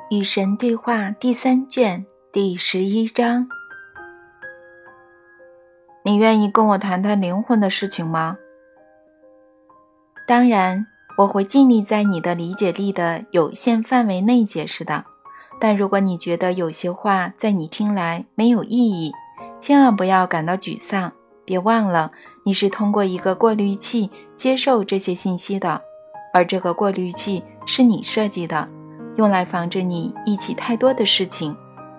与神对话第3卷第11章。 你愿意跟我谈谈灵魂的事情吗？ 当然，我会尽力在你的理解力的有限范围内解释的。但如果你觉得有些话在你听来没有意义，千万不要感到沮丧。别忘了，你是通过一个过滤器接受这些信息的，而这个过滤器是你设计的，用来防止你忆起太多的事情。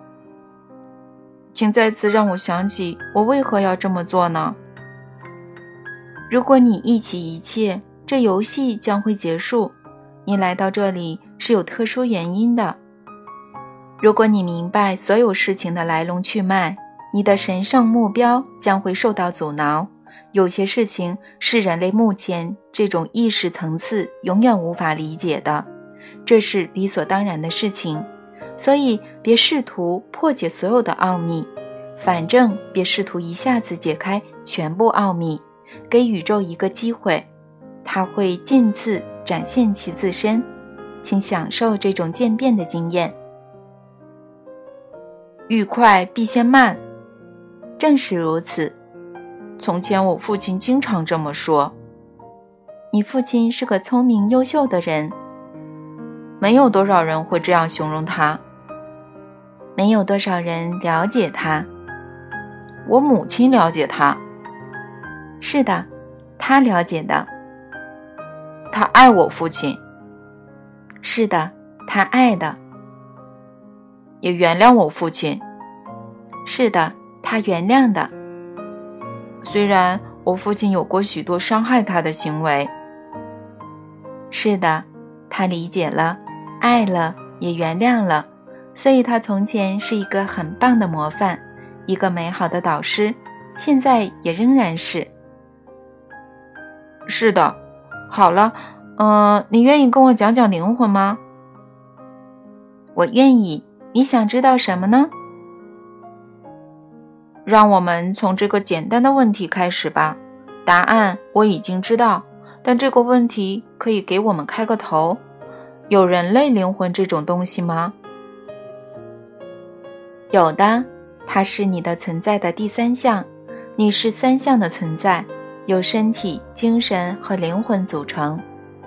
请再次让我想起我为何要这么做呢？ 如果你忆起一切，这游戏将会结束。你来到这里是有特殊原因的。如果你明白所有事情的来龙去脉，你的神圣目标将会受到阻挠。有些事情是人类目前这种意识层次永远无法理解的，这是理所当然的事情。所以别试图破解所有的奥秘，反正别试图一下子解开全部奥秘，给宇宙一个机会，它会渐次展现其自身。请享受这种渐变的经验。 欲快必先慢。 正是如此。 从前我父亲经常这么说。 你父亲是个聪明优秀的人。 没有多少人会这样形容他。 没有多少人了解他。 我母亲了解他。 是的，他了解的。 他爱我父亲。 是的，他爱的。 也原谅我父亲。 是的，他原谅的。 虽然我父亲有过许多伤害他的行为。 是的，他理解了，爱了，也原谅了。所以他从前是一个很棒的模范，一个美好的导师，现在也仍然是。 是的。好了，你愿意跟我讲讲灵魂吗？ 我愿意。你想知道什么呢？ 让我们从这个简单的问题开始吧。答案我已经知道，但这个问题可以给我们开个头。有人类灵魂这种东西吗？ 有的，它是你的存在的第3项。你是3项的存在，由身体、精神和灵魂组成。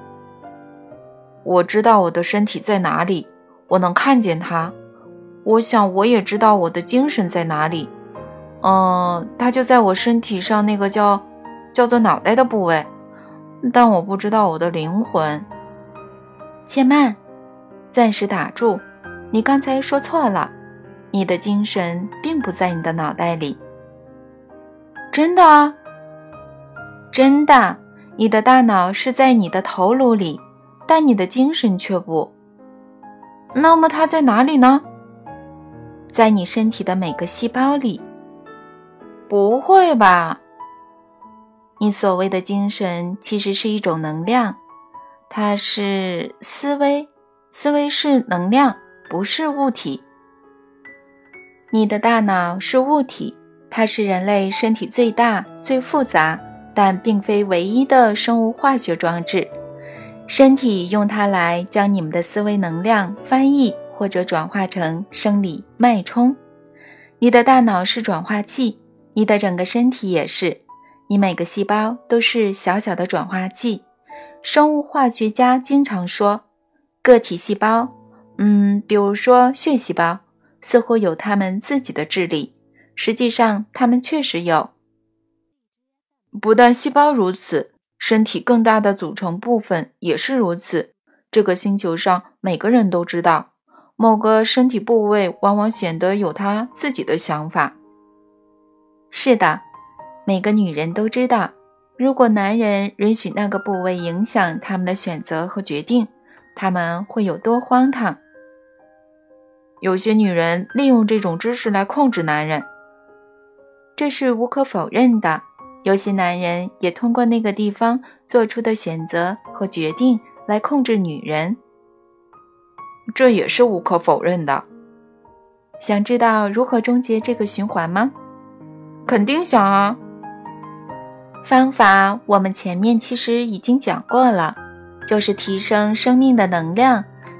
我知道我的身体在哪里，我能看见它。我想我也知道我的精神在哪里。它就在我身体上那个叫做脑袋的部位，但我不知道我的灵魂。 且慢，暂时打住，你刚才说错了。你的精神并不在你的脑袋里。 真的啊？ 真的，你的大脑是在你的头颅里，但你的精神却不。 那么它在哪里呢？ 在你身体的每个细胞里。 不会吧？ 你所谓的精神其实是一种能量，它是思维，思维是能量，不是物体。你的大脑是物体，它是人类身体最大、最复杂，但并非唯一的生物化学装置。身体用它来将你们的思维能量翻译或者转化成生理脉冲。你的大脑是转化器，你的整个身体也是。你每个细胞都是小小的转化器。生物化学家经常说，个体细胞，比如说血细胞，似乎有它们自己的智力，实际上它们确实有。 不但细胞如此，身体更大的组成部分也是如此。这个星球上每个人都知道，某个身体部位往往显得有他自己的想法。 是的，每个女人都知道，如果男人允许那个部位影响他们的选择和决定，他们会有多荒唐。 有些女人利用这种知识来控制男人。 这是无可否认的。有些男人也通过那个地方做出的选择和决定来控制女人。 这也是无可否认的。 想知道如何终结这个循环吗？ 肯定想啊。 方法我们前面其实已经讲过了，就是提升生命的能量，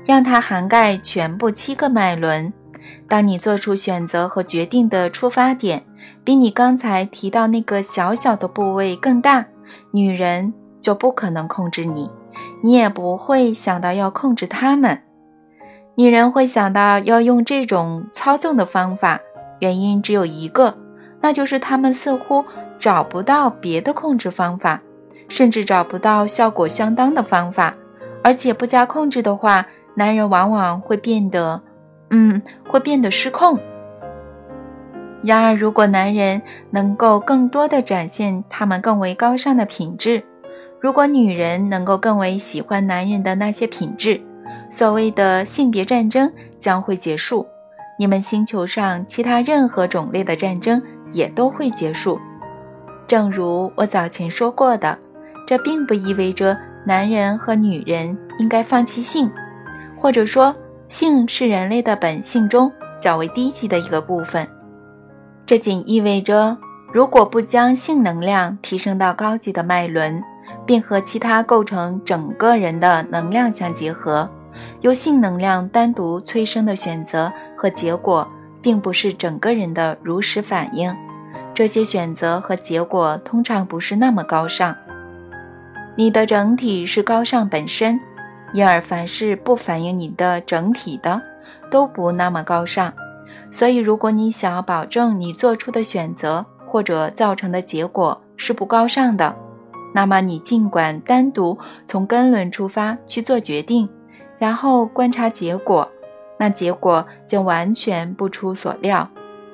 让它涵盖全部7个脉轮。当你做出选择和决定的出发点比你刚才提到那个小小的部位更大，女人就不可能控制你，你也不会想到要控制她们。女人会想到要用这种操纵的方法，原因只有一个，那就是她们似乎找不到别的控制方法，甚至找不到效果相当的方法，而且不加控制的话，男人往往会变得失控。然而，如果男人能够更多地展现他们更为高尚的品质，如果女人能够更为喜欢男人的那些品质，所谓的性别战争将会结束，你们星球上其他任何种类的战争也都会结束。正如我早前说过的，这并不意味着男人和女人应该放弃性，或者说性是人类的本性中较为低级的一个部分。这仅意味着，如果不将性能量提升到高级的脉轮，并和其他构成整个人的能量相结合，由性能量单独催生的选择和结果并不是整个人的如实反应，这些选择和结果通常不是那么高尚。你的整体是高尚本身，因而凡是不反映你的整体的都不那么高尚。所以如果你想要保证你做出的选择或者造成的结果是不高尚的，那么你尽管单独从根轮出发去做决定，然后观察结果，那结果将完全不出所料。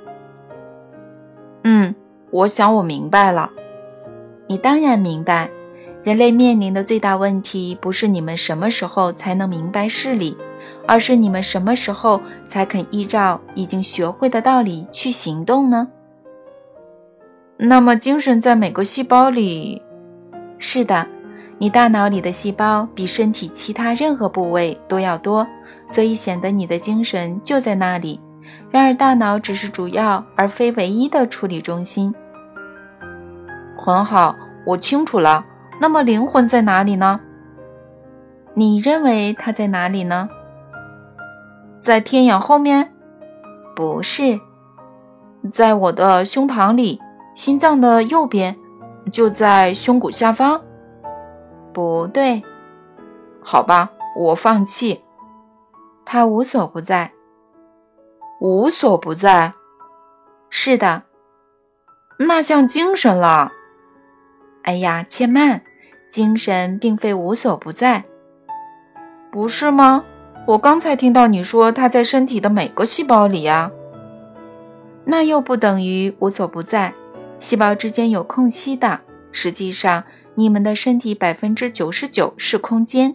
我想我明白了。 你当然明白，人类面临的最大问题不是你们什么时候才能明白事理，而是你们什么时候才肯依照已经学会的道理去行动呢？ 那么精神在每个细胞里？ 是的，你大脑里的细胞比身体其他任何部位都要多，所以显得你的精神就在那里。然而大脑只是主要而非唯一的处理中心。 很好，我清楚了。那么灵魂在哪里呢？ 你认为它在哪里呢？ 在天眼后面？ 不是。 在我的胸膛里，心脏的右边，就在胸骨下方？ 不对。 好吧，我放弃。 它无所不在。 无所不在？ 是的。 那像精神了。 哎呀，且慢，精神并非无所不在。 不是吗？我刚才听到你说它在身体的每个细胞里呀。 那又不等于无所不在，细胞之间有空隙的。实际上，你们的身体99%是空间。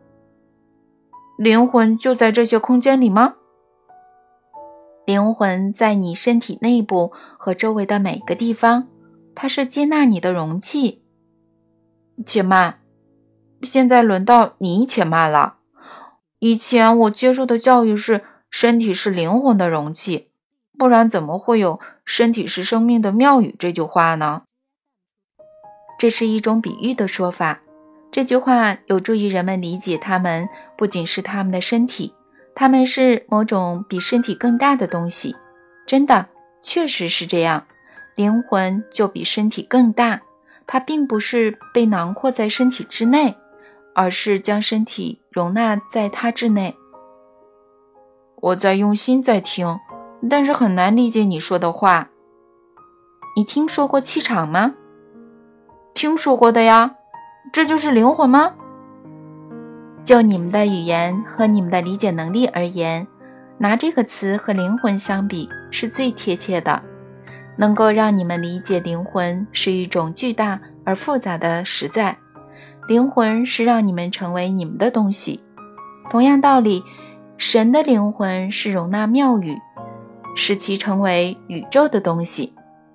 灵魂就在这些空间里吗？ 灵魂在你身体内部和周围的每个地方，它是接纳你的容器。 且慢，现在轮到你且慢了。以前我接受的教育是身体是灵魂的容器，不然怎么会有身体是生命的庙宇这句话呢？ 这是一种比喻的说法，这句话有助于人们理解它们不仅是他们的身体，它们是某种比身体更大的东西。真的，确实是这样，灵魂就比身体更大，它并不是被囊括在身体之内，而是将身体容纳在它之内。 我在用心在听，但是很难理解你说的话。 你听说过气场吗？ 听说过的呀。这就是灵魂吗？ 就你们的语言和你们的理解能力而言，拿这个词和灵魂相比是最贴切的。能够让你们理解灵魂是一种巨大而复杂的实在，灵魂是让你们成为你们的东西。同样道理，神的灵魂是容纳庙宇，使其成为宇宙的东西。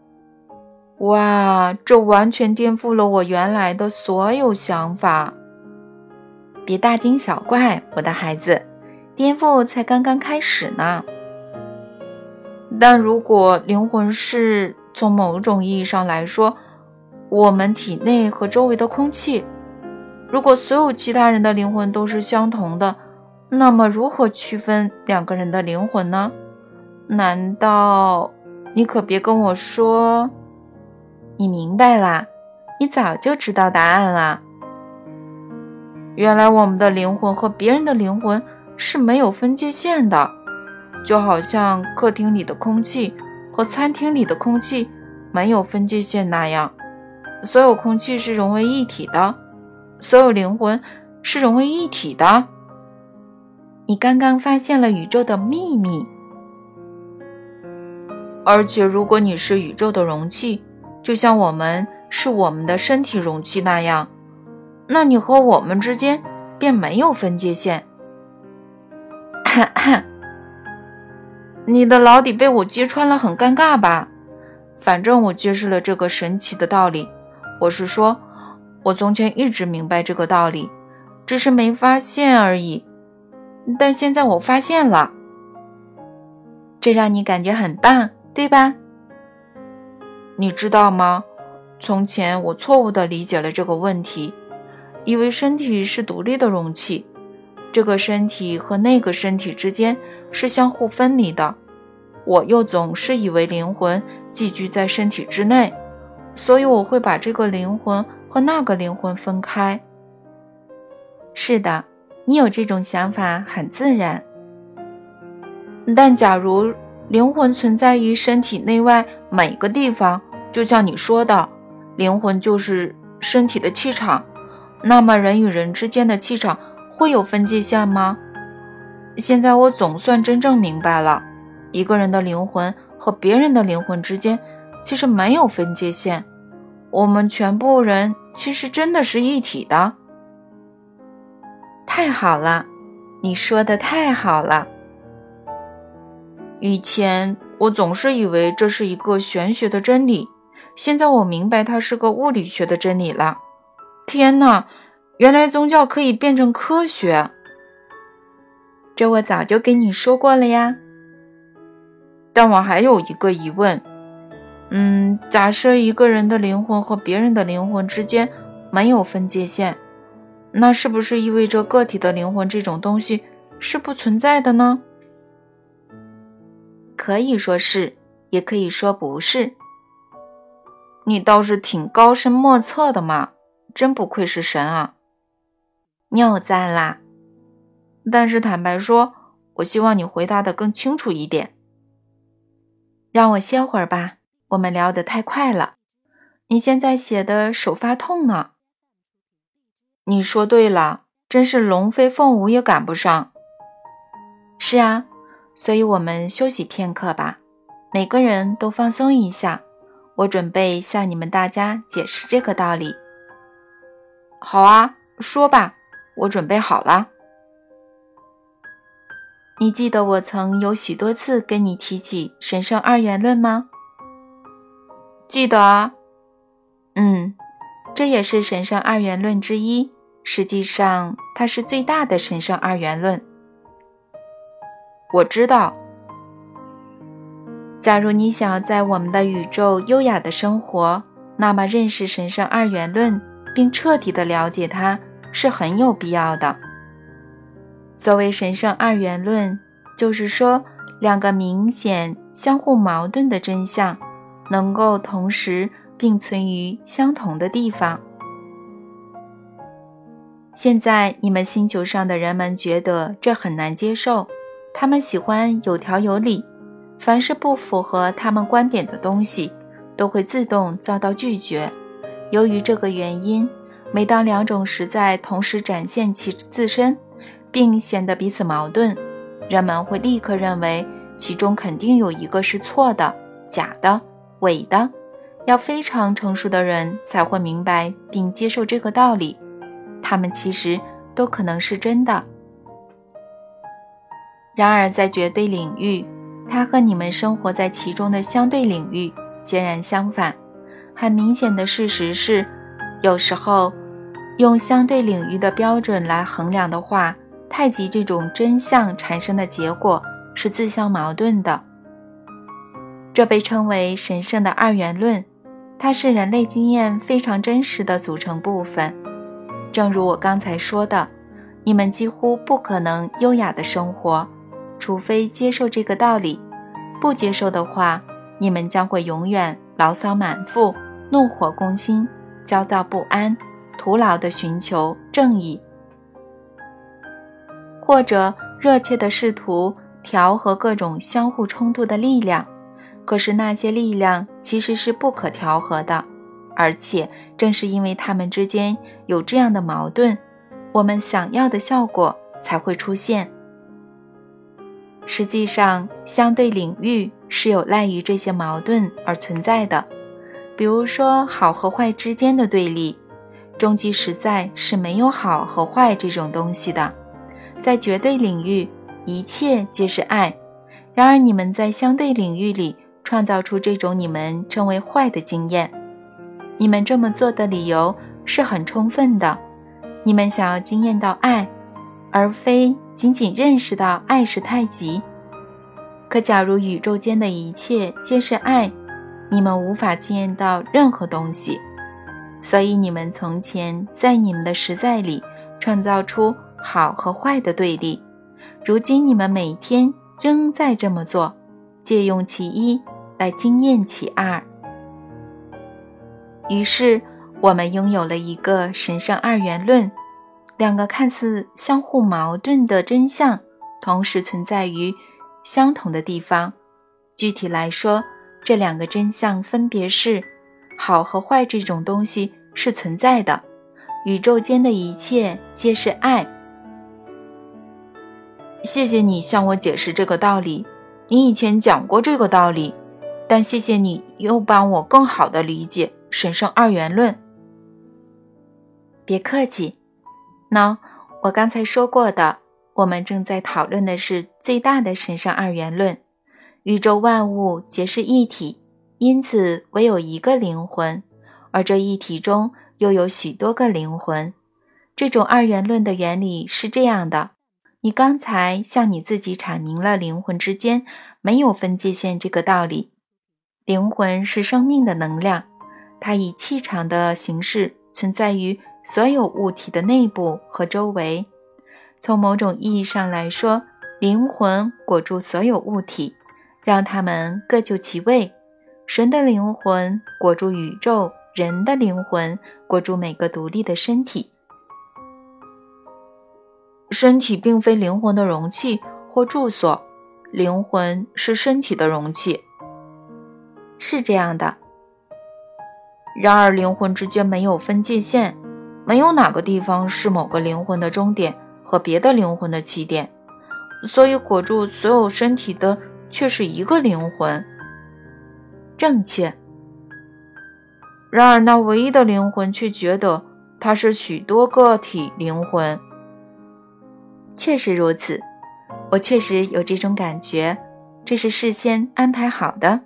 哇，这完全颠覆了我原来的所有想法。 别大惊小怪，我的孩子，颠覆才刚刚开始呢。 但如果灵魂是从某种意义上来说，我们体内和周围的空气，如果所有其他人的灵魂都是相同的， 那么如何区分两个人的灵魂呢？难道你可别跟我说…… 你明白啦，你早就知道答案了。 原来我们的灵魂和别人的灵魂是没有分界线的，就好像客厅里的空气和餐厅里的空气没有分界线那样，所有空气是融为一体的，所有灵魂是融为一体的。 你刚刚发现了宇宙的秘密。 而且如果你是宇宙的容器，就像我们是我们的身体容器那样，那你和我们之间便没有分界线。你的老底被我揭穿了，很尴尬吧？反正我揭示了这个神奇的道理。我是说，我从前一直明白这个道理，只是没发现而已。但现在我发现了。 这让你感觉很棒，对吧？ 你知道吗？从前我错误地理解了这个问题，以为身体是独立的容器，这个身体和那个身体之间是相互分离的。我又总是以为灵魂寄居在身体之内，所以我会把这个灵魂和那个灵魂分开。 是的，你有这种想法很自然。 但假如灵魂存在于身体内外每个地方，就像你说的，灵魂就是身体的气场，那么人与人之间的气场会有分界线吗？现在我总算真正明白了，一个人的灵魂和别人的灵魂之间其实没有分界线，我们全部人其实真的是一体的。 太好了，你说的太好了。 以前我总是以为这是一个玄学的真理，现在我明白它是个物理学的真理了。天哪，原来宗教可以变成科学。 这我早就跟你说过了呀。 但我还有一个疑问，假设一个人的灵魂和别人的灵魂之间没有分界线，那是不是意味着个体的灵魂这种东西是不存在的呢？ 可以说是，也可以说不是。 你倒是挺高深莫测的嘛，真不愧是神啊。 谬赞啦。 但是坦白说，我希望你回答得更清楚一点。 让我歇会儿吧，我们聊得太快了。你现在写的手发痛呢。 你说对了，真是龙飞凤舞也赶不上。 是啊，所以我们休息片刻吧，每个人都放松一下，我准备向你们大家解释这个道理。 好啊，说吧，我准备好了。 你记得我曾有许多次跟你提起神圣二元论吗？ 记得啊。 这也是神圣二元论之一，实际上它是最大的神圣二元论。 我知道。 假如你想在我们的宇宙优雅的生活，那么认识神圣二元论并彻底地了解它是很有必要的。所谓神圣二元论，就是说两个明显相互矛盾的真相能够同时并存于相同的地方。现在你们星球上的人们觉得这很难接受，他们喜欢有条有理，凡是不符合他们观点的东西都会自动遭到拒绝。由于这个原因，每当两种实在同时展现其自身并显得彼此矛盾，人们会立刻认为其中肯定有一个是错的、假的、伪的。要非常成熟的人才会明白并接受这个道理，它们其实都可能是真的。然而在绝对领域，它和你们生活在其中的相对领域截然相反。很明显的事实是，有时候用相对领域的标准来衡量的话，太极这种真相产生的结果是自相矛盾的。这被称为神圣的二元论，它是人类经验非常真实的组成部分。正如我刚才说的， 你们几乎不可能优雅的生活，除非接受这个道理。不接受的话，你们将会永远牢骚满腹，怒火攻心，焦躁不安，徒劳地寻求正义，或者热切地试图调和各种相互冲突的力量。可是那些力量其实是不可调和的，而且正是因为它们之间有这样的矛盾，我们想要的效果才会出现。实际上，相对领域是有赖于这些矛盾而存在的。比如说，好和坏之间的对立，终极实在是没有好和坏这种东西的。在绝对领域，一切皆是爱。然而你们在相对领域里创造出这种你们称为坏的经验。你们这么做的理由是很充分的，你们想要经验到爱，而非仅仅认识到爱是太极。可假如宇宙间的一切皆是爱，你们无法经验到任何东西。所以你们从前在你们的实在里创造出好和坏的对立，如今你们每天仍在这么做，借用其一来经验其二。于是我们拥有了一个神圣二元论，两个看似相互矛盾的真相同时存在于相同的地方。具体来说，这两个真相分别是：好和坏这种东西是存在的，宇宙间的一切皆是爱。谢谢你向我解释这个道理，你以前讲过这个道理，但谢谢你又帮我更好地理解神圣二元论。别客气。我刚才说过的，我们正在讨论的是最大的神圣二元论。宇宙万物皆是一体，因此唯有一个灵魂，而这一体中又有许多个灵魂。这种二元论的原理是这样的，你刚才向你自己阐明了灵魂之间没有分界线这个道理。灵魂是生命的能量，它以气场的形式存在于所有物体的内部和周围。从某种意义上来说，灵魂裹住所有物体，让它们各就其位。神的灵魂裹住宇宙，人的灵魂裹住每个独立的身体。身体并非灵魂的容器或住所，灵魂是身体的容器。是这样的。然而灵魂之间没有分界线，没有哪个地方是某个灵魂的终点和别的灵魂的起点，所以裹住所有身体的却是一个灵魂。正确。然而那唯一的灵魂却觉得它是许多个体灵魂。确实如此，我确实有这种感觉，这是事先安排好的。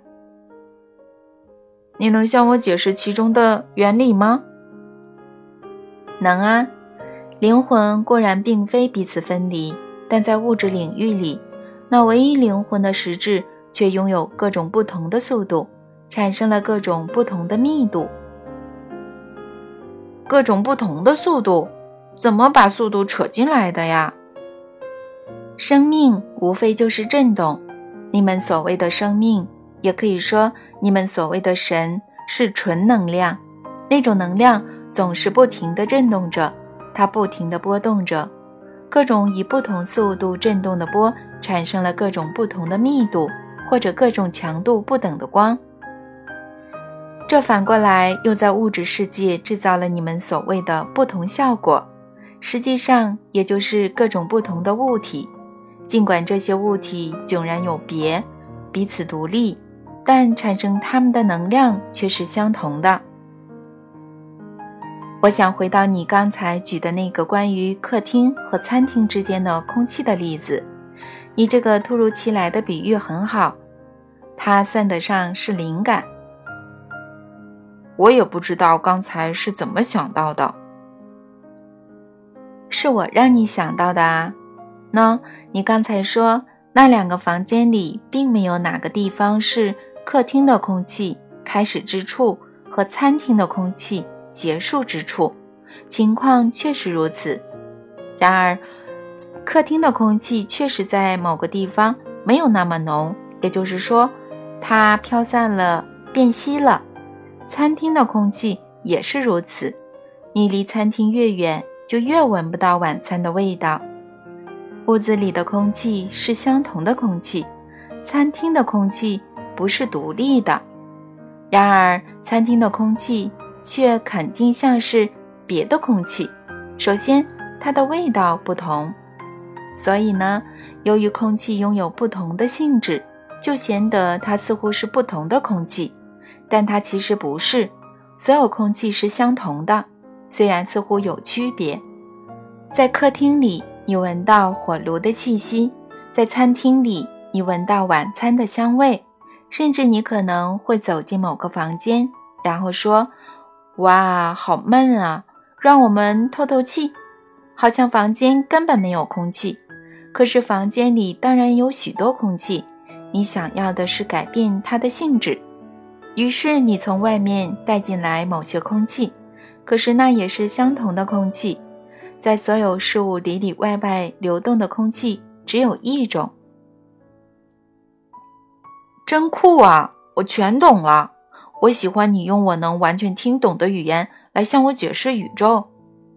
你能向我解释其中的原理吗？能啊。灵魂固然并非彼此分离，但在物质领域里，那唯一灵魂的实质却拥有各种不同的速度，产生了各种不同的密度。各种不同的速度？怎么把速度扯进来的呀？生命无非就是震动，你们所谓的生命，也可以说你们所谓的神，是纯能量。那种能量总是不停地震动着，它不停地波动着，各种以不同速度震动的波产生了各种不同的密度，或者各种强度不等的光。这反过来又在物质世界制造了你们所谓的不同效果，实际上也就是各种不同的物体。尽管这些物体迥然有别，彼此独立，但产生它们的能量却是相同的。我想回到你刚才举的那个关于客厅和餐厅之间的空气的例子，你这个突如其来的比喻很好，它算得上是灵感。我也不知道刚才是怎么想到的。是我让你想到的啊。你刚才说那两个房间里并没有哪个地方是客厅的空气开始之处和餐厅的空气结束之处，情况确实如此。 然而，客厅的空气确实在某个地方没有那么浓，也就是说，它飘散了，变稀了。餐厅的空气也是如此，你离餐厅越远，就越闻不到晚餐的味道。屋子里的空气是相同的空气，餐厅的空气不是独立的。然而，餐厅的空气却肯定像是别的空气。首先，它的味道不同。所以呢，由于空气拥有不同的性质，就显得它似乎是不同的空气，但它其实不是。所有空气是相同的，虽然似乎有区别。在客厅里，你闻到火炉的气息；在餐厅里，你闻到晚餐的香味。甚至你可能会走进某个房间，然后说：“哇，好闷啊，让我们透透气。”好像房间根本没有空气。可是房间里当然有许多空气，你想要的是改变它的性质。于是你从外面带进来某些空气，可是那也是相同的空气。在所有事物里里外外流动的空气只有一种。真酷啊，我全懂了。我喜欢你用我能完全听懂的语言来向我解释宇宙。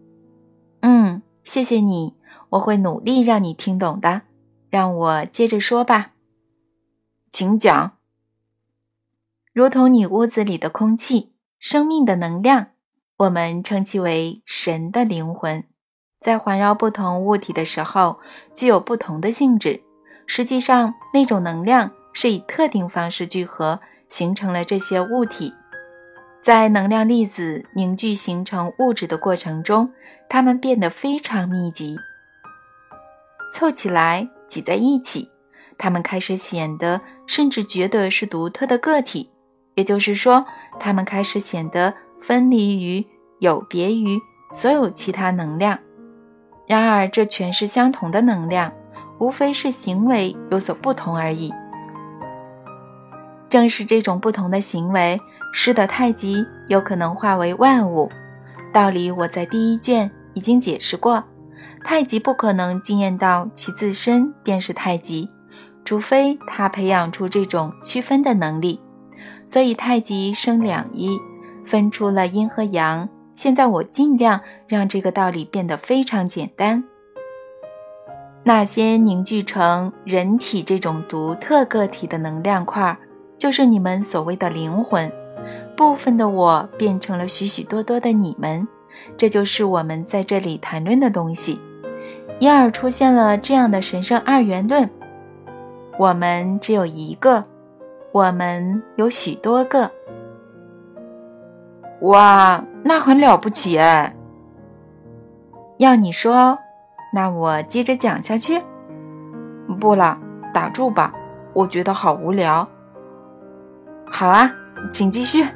谢谢你，我会努力让你听懂的。让我接着说吧。请讲。如同你屋子里的空气，生命的能量，我们称其为神的灵魂，在环绕不同物体的时候，具有不同的性质。实际上，那种能量是以特定方式聚合，形成了这些物体。在能量粒子凝聚形成物质的过程中，它们变得非常密集，凑起来，挤在一起，它们开始显得甚至觉得是独特的个体，也就是说，它们开始显得分离于、有别于所有其他能量。然而，这全是相同的能量，无非是行为有所不同而已。正是这种不同的行为，使得太极有可能化为万物。道理我在第一卷已经解释过，太极不可能经验到其自身便是太极，除非它培养出这种区分的能力。所以太极生两仪，分出了阴和阳。现在我尽量让这个道理变得非常简单。那些凝聚成人体这种独特个体的能量块，就是你们所谓的灵魂。部分的我变成了许许多多的你们，这就是我们在这里谈论的东西。因而出现了这样的神圣二元论：我们只有一个，我们有许多个。哇，那很了不起哎！要你说，那我接着讲下去？不了，打住吧，我觉得好无聊。好啊，请继续。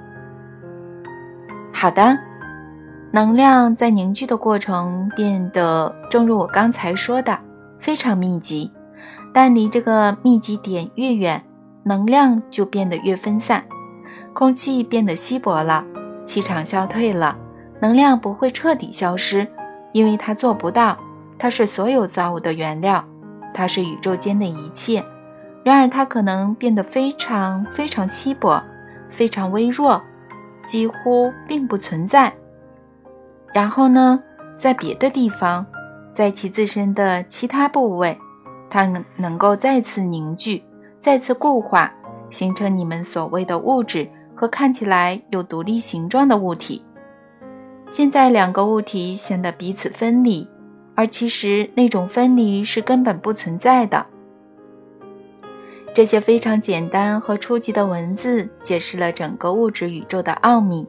好的，能量在凝聚的过程变得，正如我刚才说的，非常密集，但离这个密集点越远，能量就变得越分散。空气变得稀薄了，气场消退了，能量不会彻底消失，因为它做不到，它是所有造物的原料，它是宇宙间的一切。然而它可能变得非常非常稀薄，非常微弱，几乎并不存在。然后呢，在别的地方，在其自身的其他部位，它能够再次凝聚，再次固化，形成你们所谓的物质和看起来有独立形状的物体。现在两个物体显得彼此分离，而其实那种分离是根本不存在的。这些非常简单和初级的文字解释了整个物质宇宙的奥秘。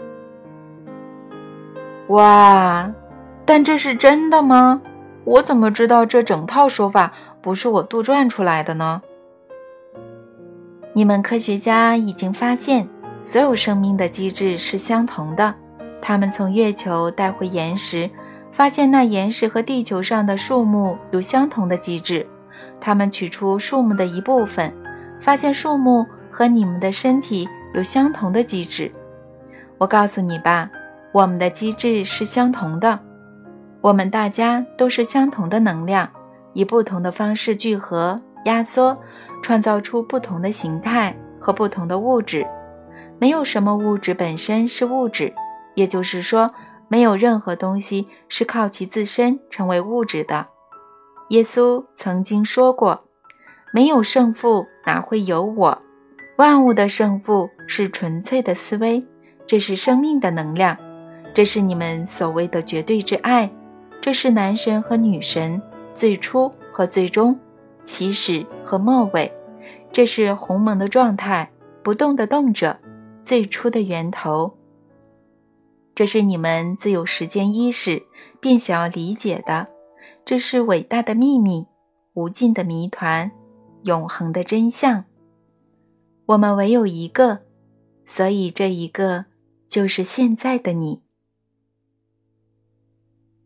哇，但这是真的吗？我怎么知道这整套说法不是我杜撰出来的呢？你们科学家已经发现，所有生命的机制是相同的。他们从月球带回岩石，发现那岩石和地球上的树木有相同的机制。他们取出树木的一部分，发现树木和你们的身体有相同的机制。我告诉你吧，我们的机制是相同的。 我们大家都是相同的能量，以不同的方式聚合、压缩，创造出不同的形态和不同的物质。没有什么物质本身是物质，也就是说，没有任何东西是靠其自身成为物质的。耶稣曾经说过，没有胜负哪会有我，万物的胜负是纯粹的思维，这是生命的能量，这是你们所谓的绝对之爱，这是男神和女神，最初和最终，起始和末尾，这是鸿蒙的状态，不动的动者，最初的源头。这是你们自有时间意识便想要理解的，这是伟大的秘密，无尽的谜团，永恒的真相。我们唯有一个，所以这一个就是现在的你。